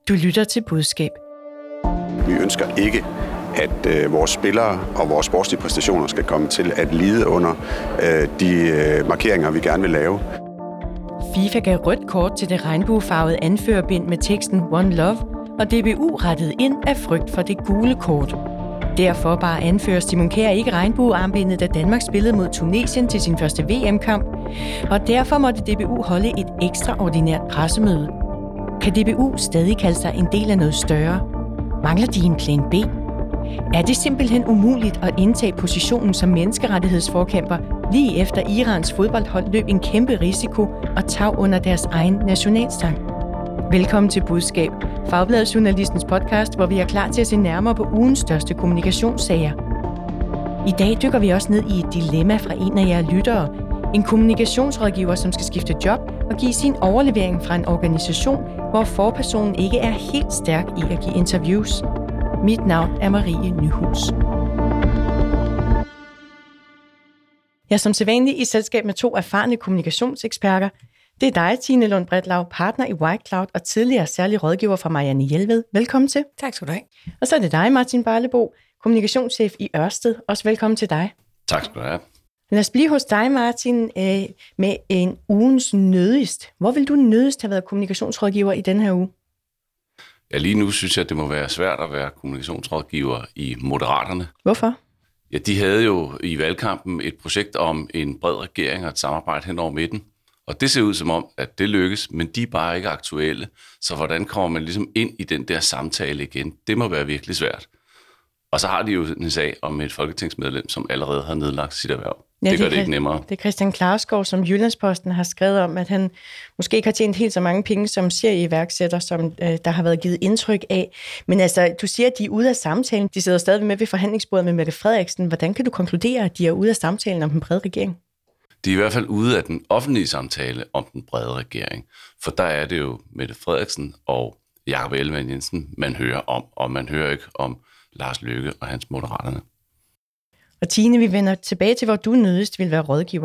Du lytter til Budskab. Vi ønsker ikke, at vores spillere og vores sportslige præstationer skal komme til at lide under de markeringer, vi gerne vil lave. FIFA gav rødt kort til det regnbuefarvede anførerbind med teksten One Love, og DBU rettede ind af frygt for det gule kort. Derfor bar anfører Simon Kjær ikke regnbuearmbindet, da Danmark spillede mod Tunesien til sin første VM-kamp, og derfor måtte DBU holde et ekstraordinært pressemøde. Kan DBU stadig kalde sig en del af noget større? Mangler de en plan B? Er det simpelthen umuligt at indtage positionen som menneskerettighedsforkæmper, lige efter Irans fodboldhold løb en kæmpe risiko og tag under deres egen nationalsang? Velkommen til Budskab, Fagbladet-journalistens podcast, hvor vi er klar til at se nærmere på ugens største kommunikationssager. I dag dykker vi også ned i et dilemma fra en af jer lyttere. En kommunikationsrådgiver, som skal skifte job og give sin overlevering fra en organisation, hvor forpersonen ikke er helt stærk i at give interviews. Mit navn er Marie Nyhus. Jeg er som sædvanlig i selskab med 2 erfarne kommunikationseksperter. Det er dig, Tine Lund Bretlau, partner i White Cloud og tidligere særlig rådgiver fra Marianne Jelved. Velkommen til. Tak skal du have. Og så er det dig, Martin Barlebo, kommunikationschef i Ørsted. Også velkommen til dig. Tak skal du have. Lad os blive hos dig, Martin, med en ugens nødigst. Hvor vil du nødigst have været kommunikationsrådgiver i denne her uge? Ja, lige nu synes jeg, at det må være svært at være kommunikationsrådgiver i Moderaterne. Hvorfor? Ja, de havde jo i valgkampen et projekt om en bred regering og et samarbejde hen over midten. Og det ser ud som om, at det lykkes, men de er bare ikke aktuelle. Så hvordan kommer man ligesom ind i den der samtale igen? Det må være virkelig svært. Og så har de jo en sag om et folketingsmedlem, som allerede har nedlagt sit erhverv. Ja, det gør det ikke nemmere. Det er Christian Klarskov, som Jyllandsposten har skrevet om, at han måske ikke har tjent helt så mange penge som serieiværksætter, som der har været givet indtryk af. Men altså, du siger, at de er ude af samtalen. De sidder stadig med ved forhandlingsbordet med Mette Frederiksen. Hvordan kan du konkludere, at de er ude af samtalen om den brede regering? De er i hvert fald ude af den offentlige samtale om den brede regering. For der er det jo Mette Frederiksen og Jakob Ellemann-Jensen, man hører om, og man hører ikke om Lars Løkke og hans Moderaterne. Og Tine, vi vender tilbage til, hvor du nødigst vil være rådgiver.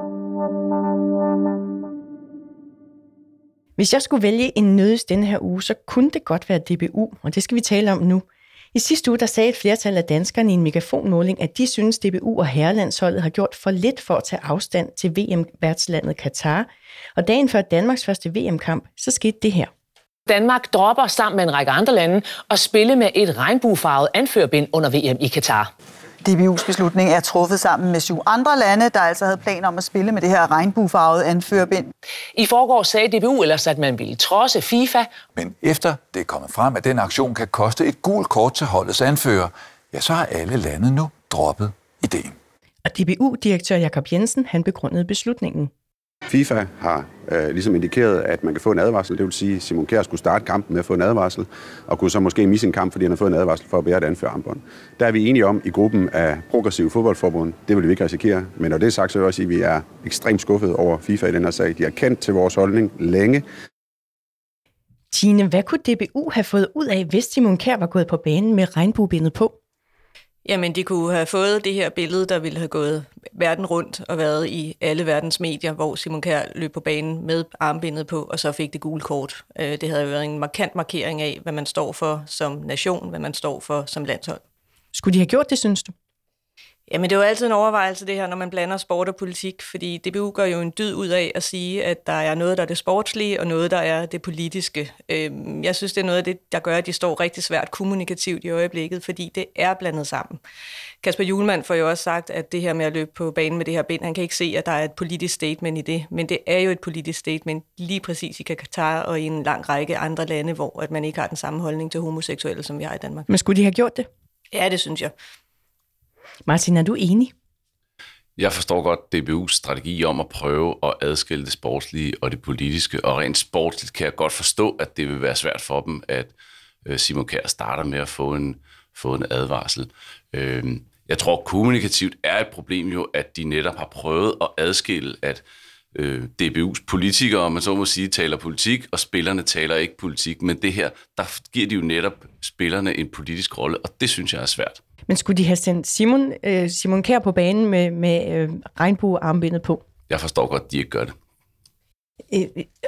Hvis jeg skulle vælge en nødigst denne her uge, så kunne det godt være DBU, og det skal vi tale om nu. I sidste uge der sagde et flertal af danskerne i en megafonmåling, at de synes, DBU og herrelandsholdet har gjort for lidt for at tage afstand til VM-værtslandet Katar. Og dagen før Danmarks første VM-kamp, så skete det her. Danmark dropper sammen med en række andre lande og spille med et regnbuefarvet anførerbind under VM i Katar. DBU's beslutning er truffet sammen med 7 andre lande, der altså havde planer om at spille med det her regnbuefarvede anførerbind. I forgår sagde DBU ellers, at man ville trodse FIFA. Men efter det er kommet frem, at den aktion kan koste et gult kort til holdets anfører, ja, så har alle lande nu droppet ideen. Og DBU-direktør Jakob Jensen, han begrundede beslutningen. FIFA har ligesom indikeret, at man kan få en advarsel. Det vil sige, at Simon Kjær skulle starte kampen med at få en advarsel, og kunne så måske misse en kamp, fordi han har fået en advarsel for at bære et anførerarmbånd. Der er vi enige om i gruppen af progressive fodboldforbund. Det vil vi ikke risikere. Men når det er sagt, så vil jeg også sige, at vi er ekstremt skuffede over FIFA i den her sag. De har kendt til vores holdning længe. Tine, hvad kunne DBU have fået ud af, hvis Simon Kjær var gået på banen med regnbuebindet på? Jamen, de kunne have fået det her billede, der ville have gået verden rundt og været i alle verdens medier, hvor Simon Kjær løb på banen med armbindet på, og så fik det gule kort. Det havde været en markant markering af, hvad man står for som nation, hvad man står for som landshold. Skulle de have gjort det, synes du? Jamen, det er jo altid en overvejelse, det her, når man blander sport og politik, fordi DBU gør jo en dyd ud af at sige, at der er noget, der er det sportslige, og noget, der er det politiske. Jeg synes, det er noget af det, der gør, at de står rigtig svært kommunikativt i øjeblikket, fordi det er blandet sammen. Kasper Hjulmand får jo også sagt, at det her med at løbe på banen med det her bind, han kan ikke se, at der er et politisk statement i det, men det er jo et politisk statement lige præcis i Katar og i en lang række andre lande, hvor at man ikke har den samme holdning til homoseksuelle, som vi har i Danmark. Men skulle de have gjort det? Ja, det synes jeg. Martin, er du enig? Jeg forstår godt DBU's strategi om at prøve at adskille det sportslige og det politiske, og rent sportsligt kan jeg godt forstå, at det vil være svært for dem, at Simon Kjær starter med at få en advarsel. Jeg tror kommunikativt er et problem jo, at de netop har prøvet at adskille, at DBU's politikere, om man så må sige, taler politik, og spillerne taler ikke politik, men det her, der giver de jo netop spillerne en politisk rolle, og det synes jeg er svært. Men skulle de have sendt Simon Kjær på banen med regnbuearmbindet på? Jeg forstår godt, at de ikke gør det.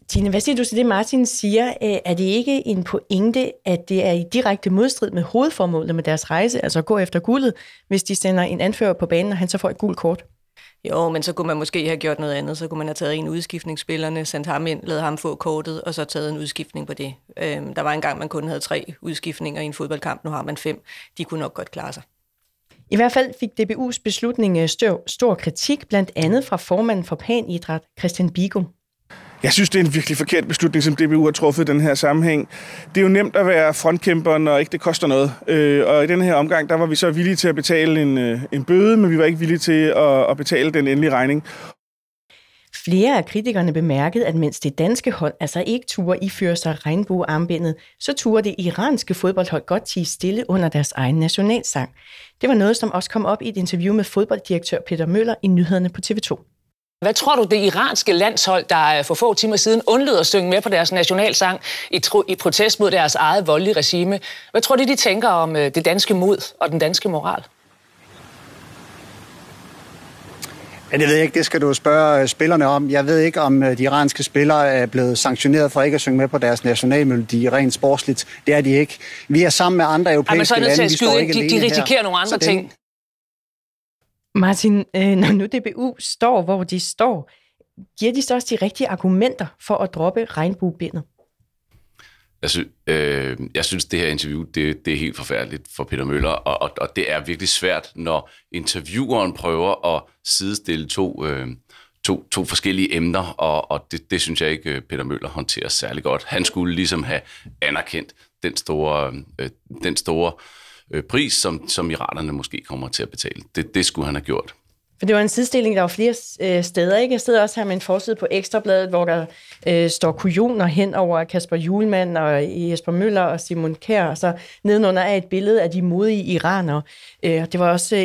Tine, hvad siger du til det, Martin siger? Er det ikke en pointe, at det er i direkte modstrid med hovedformålet med deres rejse, altså at gå efter guldet, hvis de sender en anfører på banen, og han så får et gult kort? Jo, men så kunne man måske have gjort noget andet. Så kunne man have taget en udskiftningsspillerne, sendt ham ind, lavet ham få kortet, og så taget en udskiftning på det. Der var engang, man kun havde 3 udskiftninger i en fodboldkamp. Nu har man 5. De kunne nok godt klare sig. I hvert fald fik DBU's beslutning stor kritik, blandt andet fra formanden for Panidræt, Christian Bigum. Jeg synes, det er en virkelig forkert beslutning, som DBU har truffet i den her sammenhæng. Det er jo nemt at være frontkæmper, når ikke det koster noget. Og i den her omgang, der var vi så villige til at betale en bøde, men vi var ikke villige til at betale den endelige regning. Flere af kritikerne bemærkede, at mens det danske hold altså ikke turde iføre sig regnbuearmbindet, så turde det iranske fodboldhold godt tie stille under deres egen nationalsang. Det var noget, som også kom op i et interview med fodbolddirektør Peter Møller i nyhederne på TV2. Hvad tror du, det iranske landshold, der for få timer siden undlod at synge med på deres nationalsang i protest mod deres eget voldelige regime, hvad tror de tænker om det danske mod og den danske moral? Ja, det ved jeg ikke. Det skal du spørge spillerne om. Jeg ved ikke, om de iranske spillere er blevet sanktioneret for ikke at synge med på deres nationalmelodi rent sportsligt. Det er de ikke. Vi er sammen med andre europæiske lande. Vi står ikke alene her. De risikerer nogle andre ting. Martin, når nu DBU står, hvor de står, giver de så også de rigtige argumenter for at droppe regnbuebindet? Jeg synes, det her interview, det er helt forfærdeligt for Peter Møller, og det er virkelig svært, når intervieweren prøver at sidestille to forskellige emner, og det synes jeg ikke, Peter Møller håndterer særlig godt. Han skulle ligesom have anerkendt den store pris, som iranerne måske kommer til at betale. Det skulle han have gjort. For det var en sidestilling, der var flere steder, ikke? Jeg sidder også her med en forside på Ekstrabladet, hvor der står kujoner hen over Kasper Hjulmand og Jesper Møller og Simon Kjær, og så nedenunder er et billede af de modige iranere. Det var også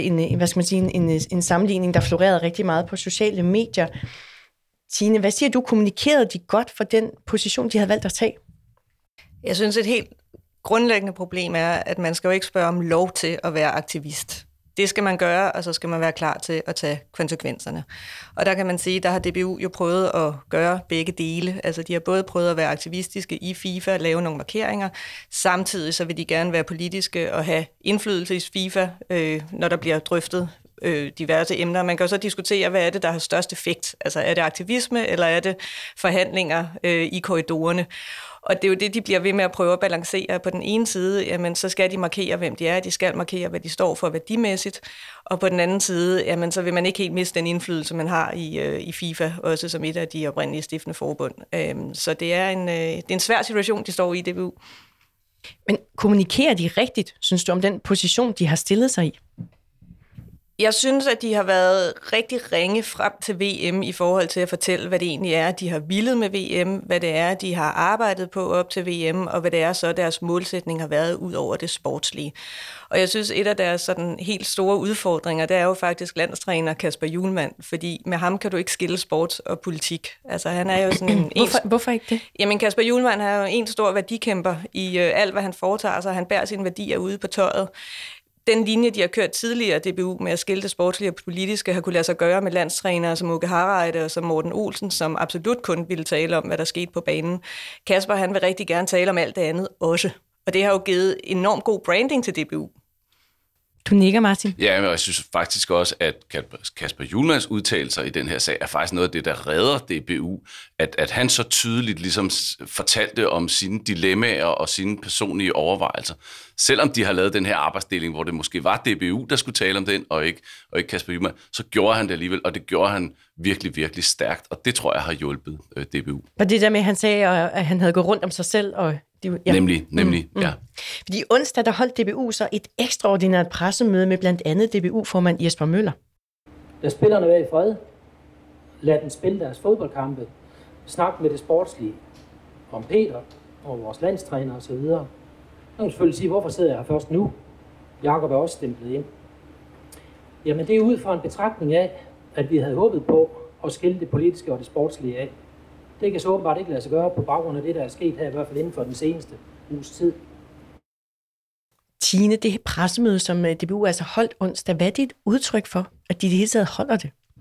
en sammenligning, der florerede rigtig meget på sociale medier. Tine, hvad siger du? Kommunikerede de godt for den position, de havde valgt at tage? Jeg synes, et helt grundlæggende problem er, at man skal jo ikke spørge om lov til at være aktivist. Det skal man gøre, og så skal man være klar til at tage konsekvenserne. Og der kan man sige, der har DBU jo prøvet at gøre begge dele. Altså de har både prøvet at være aktivistiske i FIFA, lave nogle markeringer. Samtidig så vil de gerne være politiske og have indflydelse i FIFA, når der bliver drøftet diverse emner. Man kan jo så diskutere, hvad er det, der har størst effekt? Altså er det aktivisme, eller er det forhandlinger i korridorerne? Og det er jo det, de bliver ved med at prøve at balancere. På den ene side, jamen, så skal de markere, hvem de er. De skal markere, hvad de står for værdimæssigt. Og på den anden side, jamen, så vil man ikke helt miste den indflydelse, man har i FIFA, også som et af de oprindelige stiftende forbund. Så det er en svær situation, de står i DBU. Men kommunikerer de rigtigt, synes du, om den position, de har stillet sig i? Jeg synes, at de har været rigtig ringe frem til VM i forhold til at fortælle, hvad det egentlig er, de har villet med VM, hvad det er, de har arbejdet på op til VM, og hvad det er, så deres målsætning har været ud over det sportslige. Og jeg synes, et af deres sådan helt store udfordringer, det er jo faktisk landstræner Kasper Hjulmand, fordi med ham kan du ikke skille sport og politik. Altså han er jo sådan Hvorfor ikke det? Jamen Kasper Hjulmand er jo en stor værdikæmper i alt, hvad han foretager sig. Han bærer sine værdier ude på tøjet. Den linje, de har kørt tidligere, DBU, med at skille det sportslige og politiske, har kunne lade sig gøre med landstrænere som Åke Hareide og som Morten Olsen, som absolut kun ville tale om, hvad der skete på banen. Kasper, han vil rigtig gerne tale om alt det andet også. Og det har jo givet enormt god branding til DBU. Du nikker, Martin. Ja, men jeg synes faktisk også, at Kasper Hjulmands udtalelser i den her sag er faktisk noget af det, der redder DBU. At han så tydeligt ligesom fortalte om sine dilemmaer og sine personlige overvejelser. Selvom de har lavet den her arbejdsdeling, hvor det måske var DBU, der skulle tale om den, og ikke Kasper Hjulmand, så gjorde han det alligevel, og det gjorde han virkelig, virkelig stærkt. Og det tror jeg har hjulpet DBU. Og det der med, at han sagde, at han havde gået rundt om sig selv og... Ja. Nemlig, ja. Fordi onsdag, der holdt DBU så et ekstraordinært pressemøde med blandt andet DBU-formand Jesper Møller. Lad spillerne være i fred. Lad dem spille deres fodboldkampe. Snak med det sportslige. Om Peter og vores landstræner osv. Nu kan du selvfølgelig sige, hvorfor sidder jeg her først nu? Jakob er også stemplet ind. Jamen det er ud fra en betragtning af, at vi havde håbet på at skille det politiske og det sportslige af. Det kan så åbenbart ikke lade sig gøre på baggrund af det, der er sket her, i hvert fald inden for den seneste uges tid. Tine, det pressemøde, som DBU altså holdt onsdag, hvad er det et udtryk for, at de i det hele taget holder det?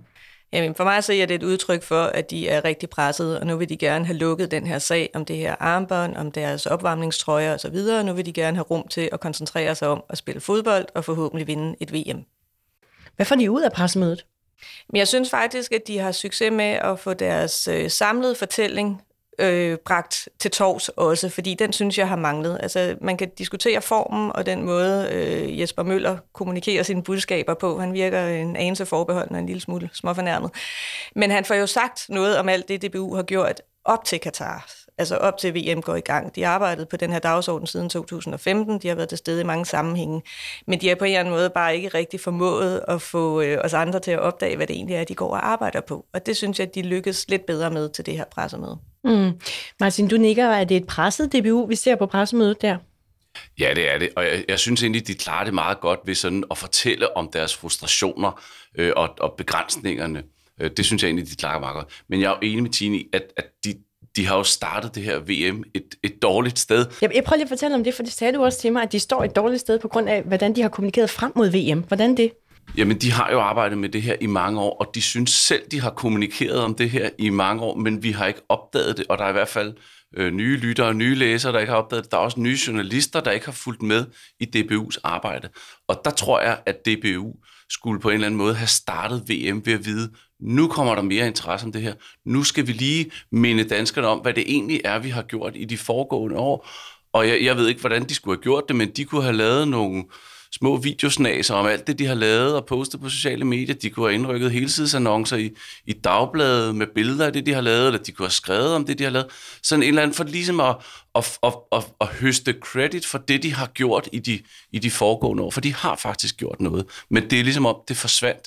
Jamen, for mig så er det et udtryk for, at de er rigtig pressede, og nu vil de gerne have lukket den her sag om det her armbånd, om deres opvarmningstrøjer osv., og nu vil de gerne have rum til at koncentrere sig om at spille fodbold og forhåbentlig vinde et VM. Hvad får de ud af pressemødet? Men jeg synes faktisk, at de har succes med at få deres samlede fortælling bragt til torvs også, fordi den synes jeg har manglet. Altså, man kan diskutere formen og den måde, Jesper Møller kommunikerer sine budskaber på. Han virker en anelse forbeholdende og en lille smule småfornærmet. Men han får jo sagt noget om alt det, DBU har gjort op til Katar. Altså op til VM går i gang. De har arbejdet på den her dagsorden siden 2015. De har været til stede i mange sammenhænge. Men de har på en eller anden måde bare ikke rigtig formået at få os andre til at opdage, hvad det egentlig er, de går og arbejder på. Og det synes jeg, at de lykkes lidt bedre med til det her pressemøde. Martin, du nikker. Er det et presset DBU, vi ser på pressemødet der? Ja, det er det. Og jeg synes egentlig, de klarer det meget godt ved sådan at fortælle om deres frustrationer og begrænsningerne. Det synes jeg egentlig, de klarer meget godt. Men jeg er jo enig med Tine i, at de har jo startet det her VM et dårligt sted. Jeg prøver lige at fortælle om det, for det sagde du også til mig, at de står et dårligt sted på grund af, hvordan de har kommunikeret frem mod VM. Hvordan det? Jamen, de har jo arbejdet med det her i mange år, og de synes selv, de har kommunikeret om det her i mange år, men vi har ikke opdaget det, og der er i hvert fald nye lyttere og nye læsere, der ikke har opdaget det. Der er også nye journalister, der ikke har fulgt med i DBU's arbejde. Og der tror jeg, at DBU skulle på en eller anden måde have startet VM ved at vide, nu kommer der mere interesse om det her. Nu skal vi lige minde danskerne om, hvad det egentlig er, vi har gjort i de foregående år. Og jeg ved ikke, hvordan de skulle have gjort det, men de kunne have lavet nogle små videosnaser om alt det, de har lavet og postet på sociale medier. De kunne have indrykket helsidesannoncer i dagbladet med billeder af det, de har lavet, eller de kunne have skrevet om det, de har lavet. Sådan en eller anden for ligesom at høste credit for det, de har gjort i de foregående år. For de har faktisk gjort noget. Men det er ligesom om, det forsvandt,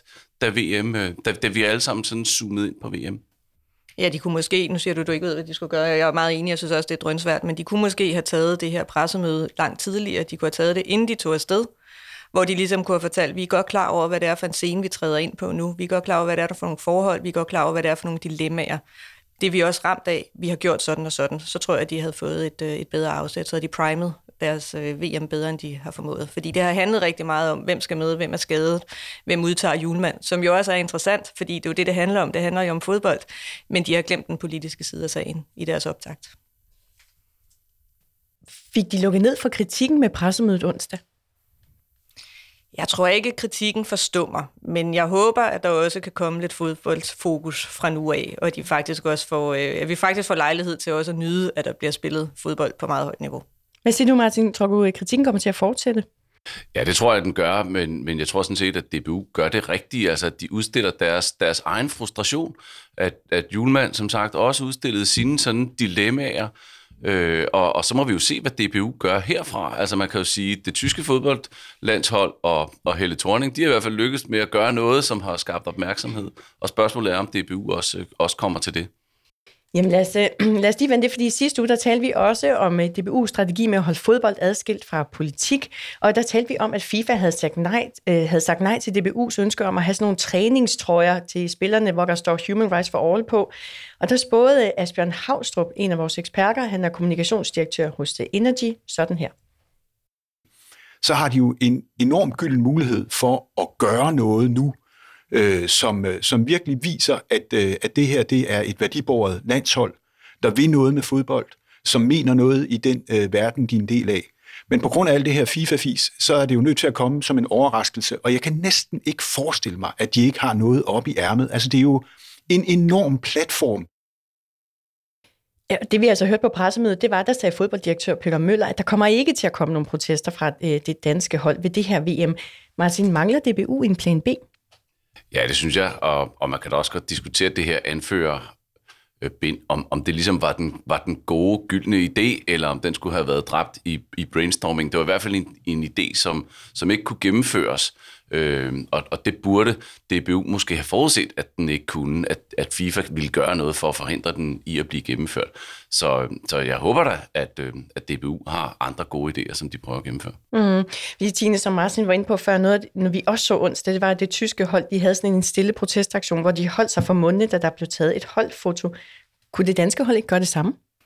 da vi alle sammen sådan zoomede ind på VM. Ja, de kunne måske, nu siger du ikke ved, hvad de skulle gøre, jeg er meget enig, jeg synes også, det er drønsvært, men de kunne måske have taget det her pressemøde langt tidligere, de kunne have taget det, inden de tog afsted, hvor de ligesom kunne have fortalt, vi er godt klar over, hvad det er for en scene, vi træder ind på nu, vi er godt klar over, hvad det er for nogle forhold, vi er godt klar over, hvad det er for nogle dilemmaer. Det er vi også ramt af, vi har gjort sådan og sådan, så tror jeg, at de havde fået et bedre afsæt, så havde de primet deres VM bedre, end de har formået. Fordi det har handlet rigtig meget om, hvem skal med, hvem er skadet, hvem udtager julemand, som jo også er interessant, fordi det er jo det handler om. Det handler jo om fodbold, men de har glemt den politiske side af sagen i deres optakt. Fik de lukket ned for kritikken med pressemødet onsdag? Jeg tror ikke, at kritikken forstummer, men jeg håber, at der også kan komme lidt fodboldfokus fra nu af, og at de faktisk også at vi faktisk får lejlighed til også at nyde, at der bliver spillet fodbold på meget højt niveau. Hvad siger du, Martin? Tror du, at kritikken kommer til at fortsætte? Ja, det tror jeg, den gør, men jeg tror sådan set, at DBU gør det rigtige. Altså, at de udstiller deres egen frustration. At Julemand, som sagt, også udstillede sine sådan dilemmaer. Og så må vi jo se, hvad DBU gør herfra. Altså, man kan jo sige, at det tyske fodboldlandshold og Helle Thorning, de har i hvert fald lykkes med at gøre noget, som har skabt opmærksomhed. Og spørgsmålet er, om DBU også kommer til det. Jamen lad os lige vende det, fordi i sidste uge, der talte vi også om DBU's strategi med at holde fodbold adskilt fra politik, og der talte vi om, at FIFA havde sagt nej til DBU's ønske om at have sådan nogle træningstrøjer til spillerne, hvor der står Human Rights for All på. Og der spåede Asbjørn Havstrup, en af vores eksperter, han er kommunikationsdirektør hos Energy, sådan her. Så har de jo en enorm gylden mulighed for at gøre noget nu, som virkelig viser, at det her det er et værdibåret landshold, der vil noget med fodbold, som mener noget i den verden, de er en del af. Men på grund af alt det her FIFA-fis, så er det jo nødt til at komme som en overraskelse, og jeg kan næsten ikke forestille mig, at de ikke har noget op i ærmet. Altså, det er jo en enorm platform. Ja, det vi altså hørt på pressemødet, det var, der sagde fodbolddirektør Peter Møller, at der kommer ikke til at komme nogle protester fra det danske hold ved det her VM. Martin, mangler DBU en plan B? Ja, det synes jeg, og man kan da også godt diskutere det her anførerbind, om det ligesom var den gode, gyldne idé, eller om den skulle have været dræbt i brainstorming. Det var i hvert fald en idé, som ikke kunne gennemføres, og det burde DBU måske have forudset, at den ikke kunne, at FIFA ville gøre noget for at forhindre den i at blive gennemført. Så jeg håber da, at DBU har andre gode idéer, som de prøver at gennemføre. Tine, som Martin var inde på før, noget, når vi også så onsdag, det var, at det tyske hold, de havde sådan en stille protestaktion, hvor de holdt sig for mundene, da der blev taget et holdfoto. Kunne det danske hold ikke gøre det samme?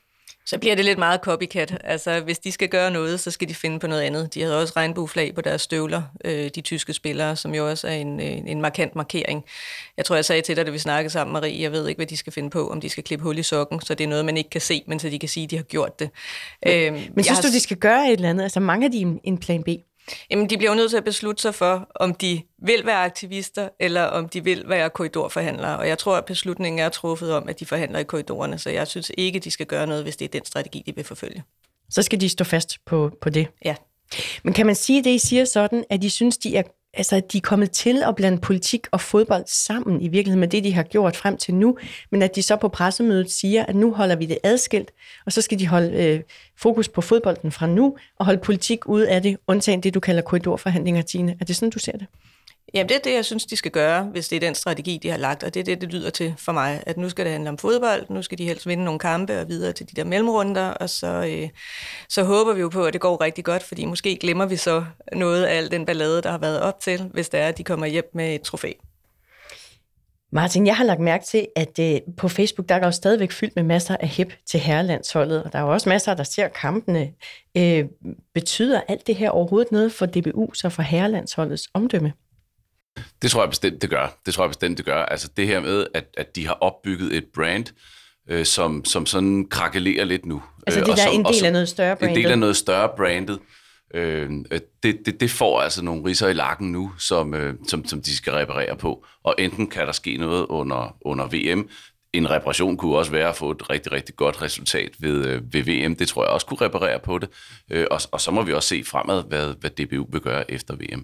Så bliver det lidt meget copycat. Altså, hvis de skal gøre noget, så skal de finde på noget andet. De havde også regnbueflag på deres støvler, de tyske spillere, som jo også er en markant markering. Jeg tror, jeg sagde til dig, da vi snakkede sammen, Marie, jeg ved ikke, hvad de skal finde på, om de skal klippe hul i sokken, så det er noget, man ikke kan se, men så de kan sige, at de har gjort det. Men synes du, de skal gøre et eller andet? Altså, mangler de en plan B? Jamen, de bliver jo nødt til at beslutte sig for, om de vil være aktivister, eller om de vil være korridorforhandlere. Og jeg tror, at beslutningen er truffet om, at de forhandler i korridorerne, så jeg synes ikke, de skal gøre noget, hvis det er den strategi, de vil forfølge. Så skal de stå fast på det? Ja. Men kan man sige det, I siger sådan, at de synes, de er kommet til at blande politik og fodbold sammen i virkeligheden med det, de har gjort frem til nu, men at de så på pressemødet siger, at nu holder vi det adskilt, og så skal de holde fokus på fodbolden fra nu, og holde politik ud af det, undtagen det, du kalder korridorforhandlinger, Tine. Er det sådan, du ser det? Jamen, det er det, jeg synes, de skal gøre, hvis det er den strategi, de har lagt, og det er det, det lyder til for mig, at nu skal det handle om fodbold, nu skal de helst vinde nogle kampe og videre til de der mellemrunder, og så håber vi jo på, at det går rigtig godt, fordi måske glemmer vi så noget af al den ballade, der har været op til, hvis det er, at de kommer hjem med et trofæ. Martin, jeg har lagt mærke til, at på Facebook, der er jo stadigvæk fyldt med masser af hep til herrelandsholdet, og der er jo også masser, der ser kampene. Betyder alt det her overhovedet noget for DBU, så for herrelandsholdets omdømme? Det tror jeg bestemt, det gør. Altså det her med, at de har opbygget et brand, som sådan krakelerer lidt nu. Altså det der er en del af noget større brandet. En del af noget større brandet. Det får altså nogle ridser i lakken nu, som de skal reparere på. Og enten kan der ske noget under VM. En reparation kunne også være at få et rigtig, rigtig godt resultat ved VM. Det tror jeg også kunne reparere på det. Og så må vi også se fremad, hvad DBU vil gøre efter VM.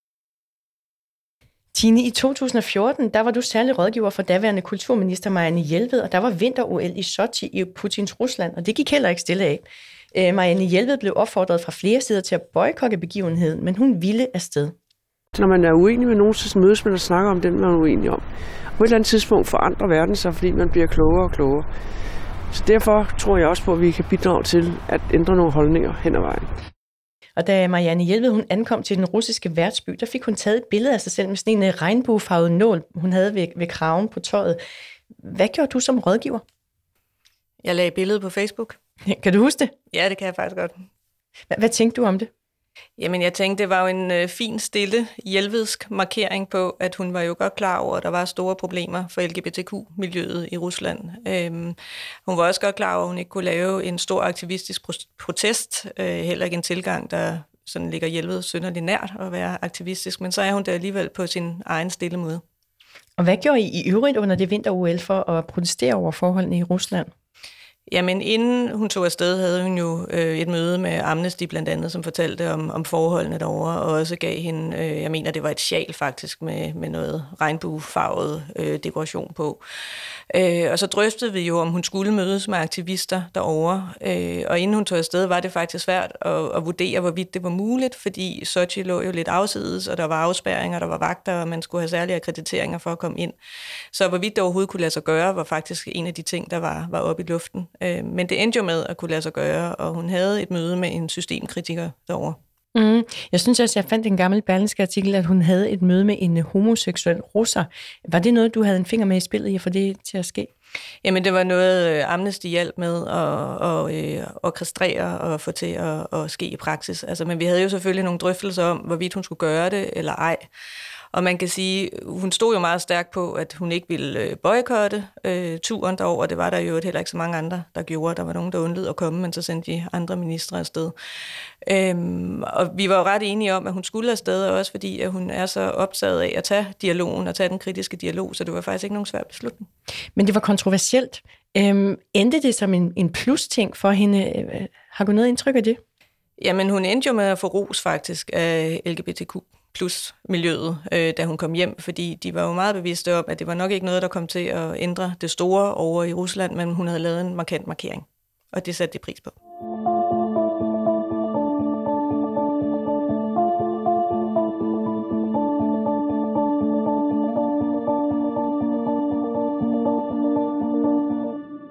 Tine, i 2014, der var du særlig rådgiver for daværende kulturminister Marianne Jelved, og der var vinter-OL i Sochi i Putins Rusland, og det gik heller ikke stille af. Marianne Jelved blev opfordret fra flere sider til at boykotte begivenheden, men hun ville afsted. Når man er uenig med nogen, så mødes man og snakker om den, man er uenig om. På et eller andet tidspunkt forandrer verden sig, fordi man bliver klogere og klogere. Så derfor tror jeg også på, at vi kan bidrage til at ændre nogle holdninger hen ad vejen. Og da Marianne Jelved hun ankom til den russiske værtsby, der fik hun taget et billede af sig selv med sådan en regnbuefarvet nål, hun havde ved kraven på tøjet. Hvad gjorde du som rådgiver? Jeg lagde billedet på Facebook. Kan du huske det? Ja, det kan jeg faktisk godt. Hvad tænkte du om det? Jamen, jeg tænkte, det var jo en fin, stille, jelvedsk markering på, at hun var jo godt klar over, at der var store problemer for LGBTQ-miljøet i Rusland. Hun var også godt klar over, at hun ikke kunne lave en stor aktivistisk protest, heller ikke en tilgang, der sådan ligger Jelved synderligt nært at være aktivistisk, men så er hun der alligevel på sin egen stille måde. Og hvad gjorde I øvrigt under det vinter-OL for at protestere over forholdene i Rusland? Jamen, inden hun tog afsted, havde hun jo et møde med Amnesty blandt andet, som fortalte om forholdene derovre, og også gav hende, jeg mener, det var et sjal faktisk, med noget regnbuefarvet dekoration på. Og så drøftede vi jo, om hun skulle mødes med aktivister derovre, og inden hun tog afsted, var det faktisk svært at vurdere, hvorvidt det var muligt, fordi Sochi lå jo lidt afsides, og der var afspærringer, der var vagter, og man skulle have særlige akkrediteringer for at komme ind. Så hvorvidt det overhovedet kunne lade sig gøre, var faktisk en af de ting, der var oppe i luften. Men det endte jo med at kunne lade sig gøre, og hun havde et møde med en systemkritiker derovre. Jeg synes også, jeg fandt en gammel Berlingske artikel, at hun havde et møde med en homoseksuel russer. Var det noget, du havde en finger med i spillet i at få det til at ske? Jamen, det var noget, Amnesty hjalp med at orkestrere og få til at ske i praksis. Altså, men vi havde jo selvfølgelig nogle drøftelser om, hvorvidt hun skulle gøre det eller ej. Og man kan sige, hun stod jo meget stærkt på, at hun ikke ville boykotte turen derover. Det var der jo heller ikke så mange andre, der gjorde. Der var nogen, der undlod at komme, men så sendte de andre ministre afsted. Og vi var jo ret enige om, at hun skulle afsted, også fordi at hun er så optaget af at tage dialogen og tage den kritiske dialog, så det var faktisk ikke nogen svær beslutning. Men det var kontroversielt. Endte det som en plus-ting for hende? Har du noget indtryk af det? Jamen, hun endte jo med at få ros faktisk af LGBTQ plus miljøet, da hun kom hjem, fordi de var jo meget bevidste om, at det var nok ikke noget, der kom til at ændre det store over i Rusland, men hun havde lavet en markant markering, og det satte de pris på.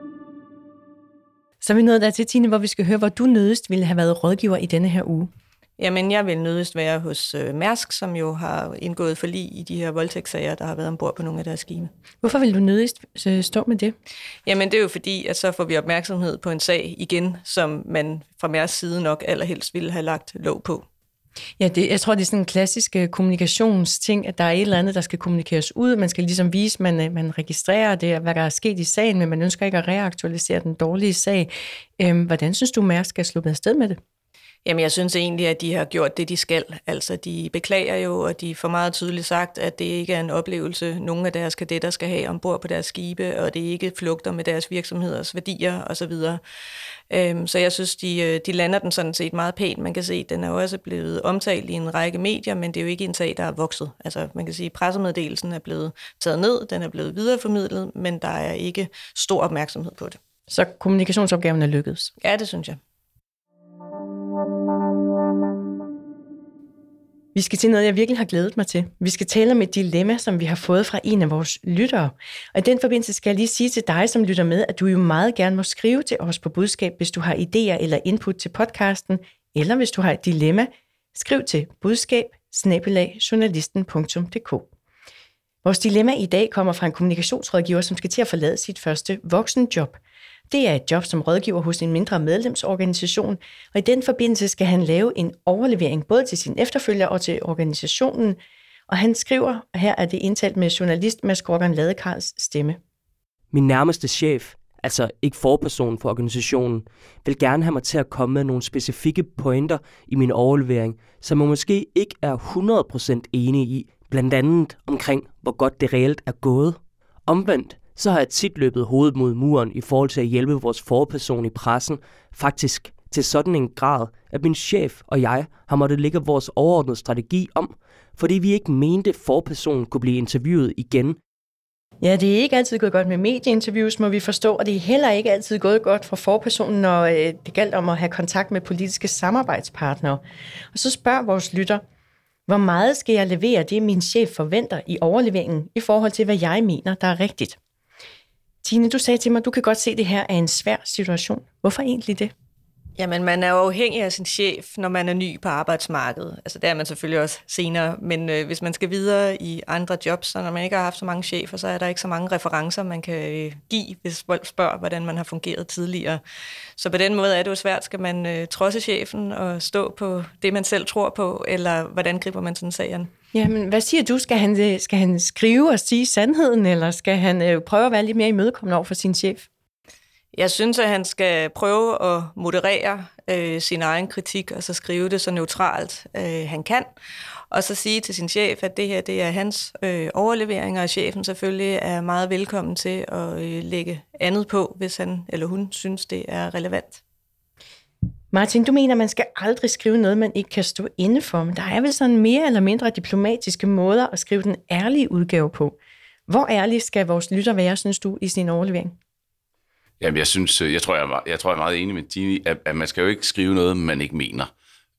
Så er vi nået der til, Tine, hvor vi skal høre, hvor du nødigst ville have været rådgiver i denne her uge. Jamen, jeg vil nødigst være hos Mærsk, som jo har indgået forlig i de her voldtægtssager, der har været ombord på nogle af deres skibe. Hvorfor vil du nødigst stå med det? Jamen, det er jo fordi, at så får vi opmærksomhed på en sag igen, som man fra Mærsks side nok allerhelst ville have lagt låg på. Ja, jeg tror, det er sådan en klassisk kommunikationsting, at der er et eller andet, der skal kommunikeres ud. Man skal ligesom vise, at man registrerer det, hvad der er sket i sagen, men man ønsker ikke at reaktualisere den dårlige sag. Hvordan synes du, Mærsk skal sluppe afsted med det? Jamen, jeg synes egentlig, at de har gjort det, de skal. Altså, de beklager jo, og de får meget tydeligt sagt, at det ikke er en oplevelse, nogen af deres kadetter skal have ombord på deres skibe, og det ikke flugter med deres virksomheders værdier osv. Så jeg synes, de lander den sådan set meget pænt. Man kan se, at den er jo også blevet omtalt i en række medier, men det er jo ikke en sag, der er vokset. Altså, man kan sige, at pressemeddelelsen er blevet taget ned, den er blevet videreformidlet, men der er ikke stor opmærksomhed på det. Så kommunikationsopgaven er lykkedes? Ja, det synes jeg. Vi skal til noget, jeg virkelig har glædet mig til. Vi skal tale om et dilemma, som vi har fået fra en af vores lyttere. Og i den forbindelse skal jeg lige sige til dig, som lytter med, at du jo meget gerne må skrive til os på budskab, hvis du har idéer eller input til podcasten, eller hvis du har et dilemma, skriv til budskab@journalisten.dk. Vores dilemma i dag kommer fra en kommunikationsrådgiver, som skal til at forlade sit første voksenjob. Det er et job som rådgiver hos en mindre medlemsorganisation, og i den forbindelse skal han lave en overlevering både til sin efterfølger og til organisationen. Og han skriver, og her er det indtalt med journalist Mads Gorgon Ladekarls stemme. Min nærmeste chef, altså ikke forperson for organisationen, vil gerne have mig til at komme med nogle specifikke pointer i min overlevering, som man måske ikke er 100% enig i, blandt andet omkring, hvor godt det reelt er gået. Omvendt, så har jeg tit løbet hovedet mod muren i forhold til at hjælpe vores forperson i pressen, faktisk til sådan en grad, at min chef og jeg har måttet lægge vores overordnede strategi om, fordi vi ikke mente, at forpersonen kunne blive interviewet igen. Ja, det er ikke altid gået godt med medieinterviews, må vi forstå, og det er heller ikke altid gået godt for forpersonen, når det galt om at have kontakt med politiske samarbejdspartnere. Og så spørger vores lytter, hvor meget skal jeg levere det, min chef forventer i overleveringen, i forhold til, hvad jeg mener, der er rigtigt? Tine, du sagde til mig, du kan godt se, at det her er en svær situation. Hvorfor egentlig det? Jamen, man er jo afhængig af sin chef, når man er ny på arbejdsmarkedet. Altså, det er man selvfølgelig også senere. Men hvis man skal videre i andre jobs, så når man ikke har haft så mange chefer, så er der ikke så mange referencer, man kan give, hvis folk spørger, hvordan man har fungeret tidligere. Så på den måde er det jo svært. Skal man trodse chefen og stå på det, man selv tror på, eller hvordan griber man sådan sagen? Jamen, hvad siger du? Skal han skrive og sige sandheden, eller skal han prøve at være lidt mere imødekommende over for sin chef? Jeg synes, at han skal prøve at moderere sin egen kritik, og så skrive det så neutralt han kan. Og så sige til sin chef, at det her det er hans overleveringer, og chefen selvfølgelig er meget velkommen til at lægge andet på, hvis han eller hun synes, det er relevant. Martin, du mener, man skal aldrig skrive noget, man ikke kan stå inde for, men der er vel sådan mere eller mindre diplomatiske måder at skrive den ærlige udgave på. Hvor ærlig skal vores lytter være, synes du, i sin overlevering? Jamen, jeg tror, jeg er meget enig med Tine, at man skal jo ikke skrive noget, man ikke mener.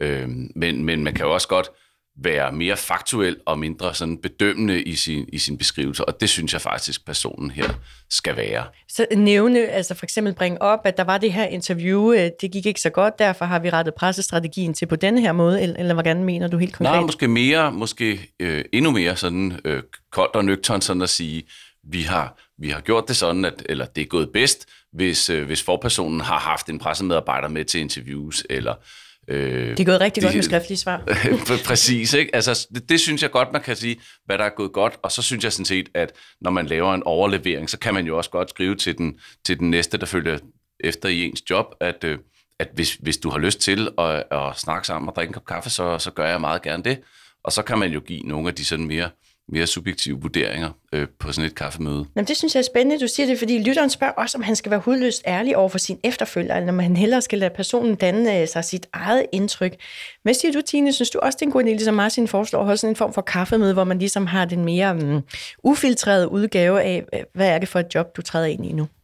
Men man kan jo også godt være mere faktuel og mindre sådan bedømmende i sin beskrivelse, og det synes jeg faktisk, personen her skal være. Så nævne, altså for eksempel bringe op, at der var det her interview, det gik ikke så godt, derfor har vi rettet pressestrategien til på denne her måde, eller hvordan mener du helt konkret? Nej, måske endnu mere sådan koldt og nøgternt, sådan at sige, vi har gjort det sådan, eller det er gået bedst, hvis forpersonen har haft en pressemedarbejder med til interviews, eller det er gået rigtig godt med skriftlige svar. Præcis, ikke? Altså, det synes jeg godt, man kan sige, hvad der er gået godt, og så synes jeg sådan set, at når man laver en overlevering, så kan man jo også godt skrive til den næste, der følger efter i ens job, at hvis du har lyst til at snakke sammen og drikke en kop kaffe, så gør jeg meget gerne det, og så kan man jo give nogle af de sådan mere subjektive vurderinger på sådan et kaffemøde. Jamen, det synes jeg er spændende, du siger det, fordi lytteren spørger også, om han skal være hudløst ærlig over for sin efterfølger, eller om han hellere skal lade personen danne sig sit eget indtryk. Hvad siger du, Tine? Synes du også, det er en god idé, ligesom Martin foreslår, at holde sådan en form for kaffemøde, hvor man ligesom har den mere ufiltrerede udgave af, hvad er det for et job, du træder ind i nu?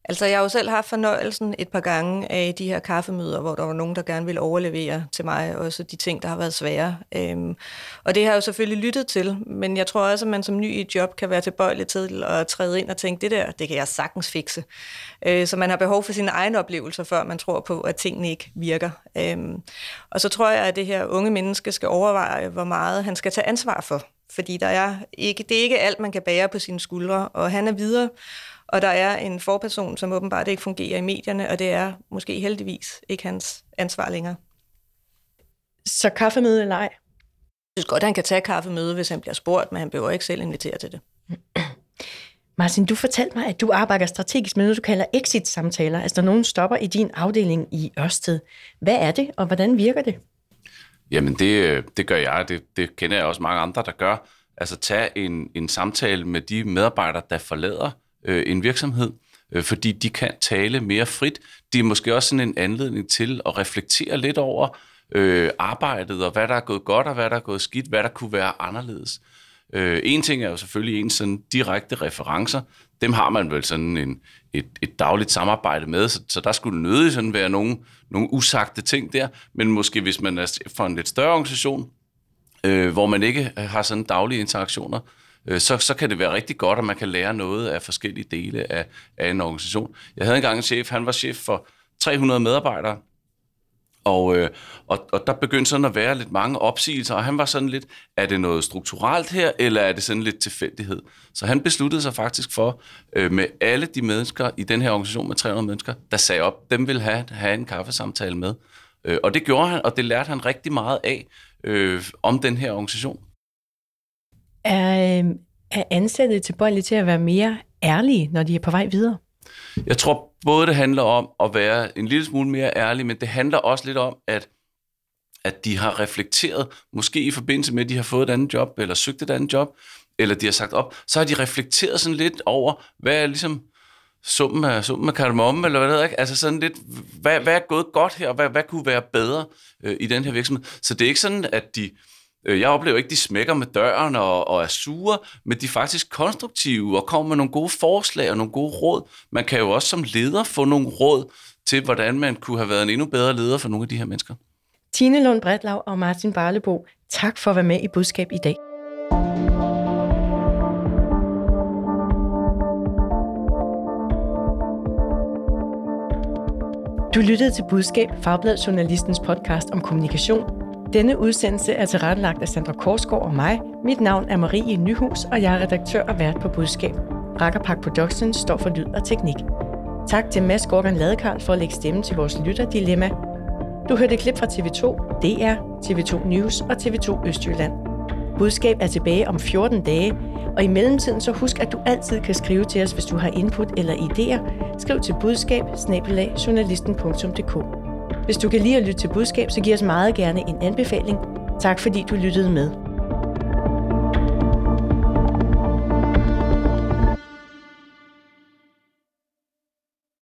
Altså, jeg har jo selv haft fornøjelsen et par gange af de her kaffemøder, hvor der var nogen, der gerne ville overlevere til mig også de ting, der har været svære. Og det har jeg jo selvfølgelig lyttet til, men jeg tror også, at man som ny i et job kan være tilbøjelig til at træde ind og tænke, det kan jeg sagtens fikse. Så man har behov for sine egne oplevelser, før man tror på, at tingene ikke virker. Og så tror jeg, at det her unge menneske skal overveje, hvor meget han skal tage ansvar for. Fordi det er ikke alt, man kan bære på sine skuldre, og han er videre. Og der er en forperson, som åbenbart ikke fungerer i medierne, og det er måske heldigvis ikke hans ansvar længere. Så kaffemøde eller ej? Jeg synes godt, at han kan tage kaffemøde, hvis han bliver spurgt, men han behøver ikke selv invitere til det. Martin, du fortalte mig, at du arbejder strategisk med noget, du kalder exit-samtaler. Altså, når nogen stopper i din afdeling i Ørsted. Hvad er det, og hvordan virker det? Jamen, det gør jeg. Det kender jeg også mange andre, der gør. Altså, tage en samtale med de medarbejdere, der forlader en virksomhed, fordi de kan tale mere frit. Det er måske også sådan en anledning til at reflektere lidt over arbejdet, og hvad der er gået godt, og hvad der er gået skidt, hvad der kunne være anderledes. En ting er jo selvfølgelig en sådan direkte referencer. Dem har man vel sådan et dagligt samarbejde med, så der skulle nødig sådan være nogle usagte ting der, men måske hvis man er for en lidt større organisation, hvor man ikke har sådan daglige interaktioner, så kan det være rigtig godt, at man kan lære noget af forskellige dele af en organisation. Jeg havde engang en chef, han var chef for 300 medarbejdere, og der begyndte sådan at være lidt mange opsigelser, og han var sådan lidt, er det noget strukturelt her, eller er det sådan lidt tilfældighed? Så han besluttede sig faktisk for, med alle de mennesker i den her organisation med 300 mennesker, der sagde op, dem ville have en kaffesamtale med. Og det gjorde han, og det lærte han rigtig meget af om den her organisation. Er ansatte tilbøjelige til at være mere ærlige, når de er på vej videre? Jeg tror både, det handler om at være en lille smule mere ærlig, men det handler også lidt om, at de har reflekteret, måske i forbindelse med, at de har fået et andet job, eller søgt et andet job, eller de har sagt op, så har de reflekteret sådan lidt over, hvad er ligesom summen af kardemomme, eller hvad det er, ikke? Altså sådan lidt, hvad er gået godt her, og hvad kunne være bedre i den her virksomhed? Så det er ikke sådan, at jeg oplever ikke, at de smækker med døren og er sure, men de er faktisk konstruktive og kommer med nogle gode forslag og nogle gode råd. Man kan jo også som leder få nogle råd til, hvordan man kunne have været en endnu bedre leder for nogle af de her mennesker. Tine Lund Bretlau og Martin Barlebo, tak for at være med i Budskab i dag. Du lyttede til Budskab, Fagbladet Journalistens podcast om kommunikation. Denne udsendelse er tilrettelagt af Sandra Korsgaard og mig. Mit navn er Marie Nyhus, og jeg er redaktør og vært på Budskab. Rakkerpak Productions står for lyd og teknik. Tak til Mads Gorgon Ladekarl for at lægge stemme til vores lytterdilemma. Du hørte et klip fra TV2, DR, TV2 News og TV2 Østjylland. Budskab er tilbage om 14 dage, og i mellemtiden så husk, at du altid kan skrive til os, hvis du har input eller idéer. Skriv til budskab@journalisten.dk. Hvis du kan lide at lytte til Budskab, så giv os meget gerne en anbefaling. Tak fordi du lyttede med.